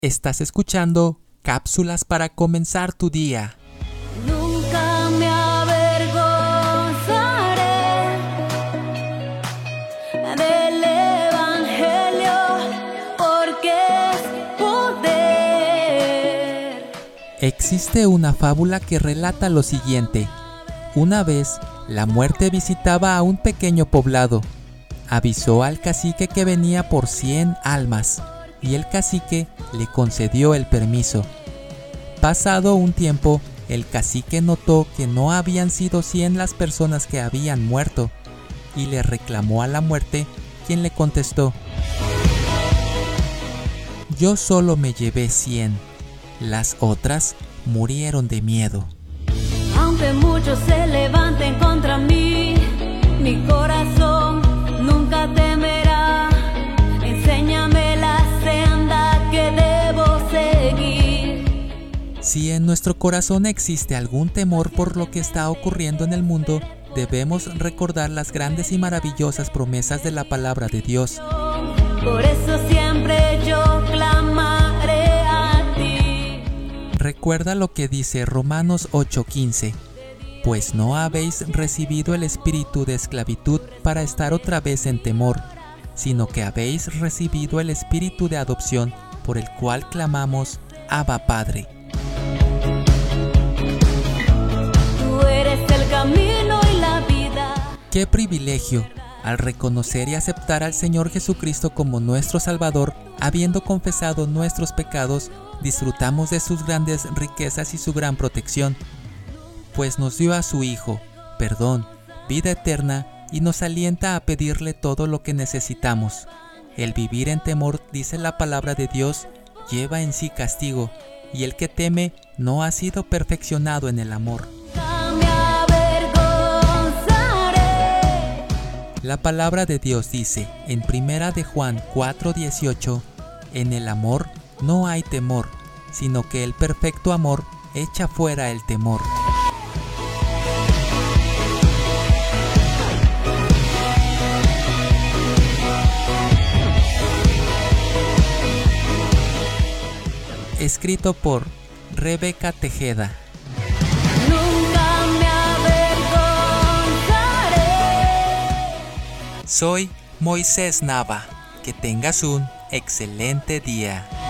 Estás escuchando Cápsulas para comenzar tu día. Nunca me avergonzaré del Evangelio, porque es poder. Existe una fábula que relata lo siguiente. Una vez, la muerte visitaba a un pequeño poblado. Avisó al cacique que venía por 100 almas, y el cacique le concedió el permiso. Pasado un tiempo, el cacique notó que no habían sido 100 las personas que habían muerto, y le reclamó a la muerte, quien le contestó: «Yo solo me llevé 100, las otras murieron de miedo». Aunque muchos se levanten contra mí, mi corazón nunca temerá. Enséñame la senda que debo seguir. Si en nuestro corazón existe algún temor por lo que está ocurriendo en el mundo, debemos recordar las grandes y maravillosas promesas de la palabra de Dios. Por eso siempre yo clamaré a ti. Recuerda lo que dice Romanos 8:15. Pues no habéis recibido el espíritu de esclavitud para estar otra vez en temor, sino que habéis recibido el espíritu de adopción, por el cual clamamos: Abba, Padre. Tú eres el camino y la vida. ¡Qué privilegio! Al reconocer y aceptar al Señor Jesucristo como nuestro Salvador, habiendo confesado nuestros pecados, disfrutamos de sus grandes riquezas y su gran protección, pues nos dio a su Hijo, perdón, vida eterna, y nos alienta a pedirle todo lo que necesitamos. El vivir en temor, dice la palabra de Dios, lleva en sí castigo, y el que teme no ha sido perfeccionado en el amor. La palabra de Dios dice en 1 de Juan 4:18, en el amor no hay temor, sino que el perfecto amor echa fuera el temor. Escrito por Rebeca Tejeda. Nunca me avergonzaré. Soy Moisés Nava. Que tengas un excelente día.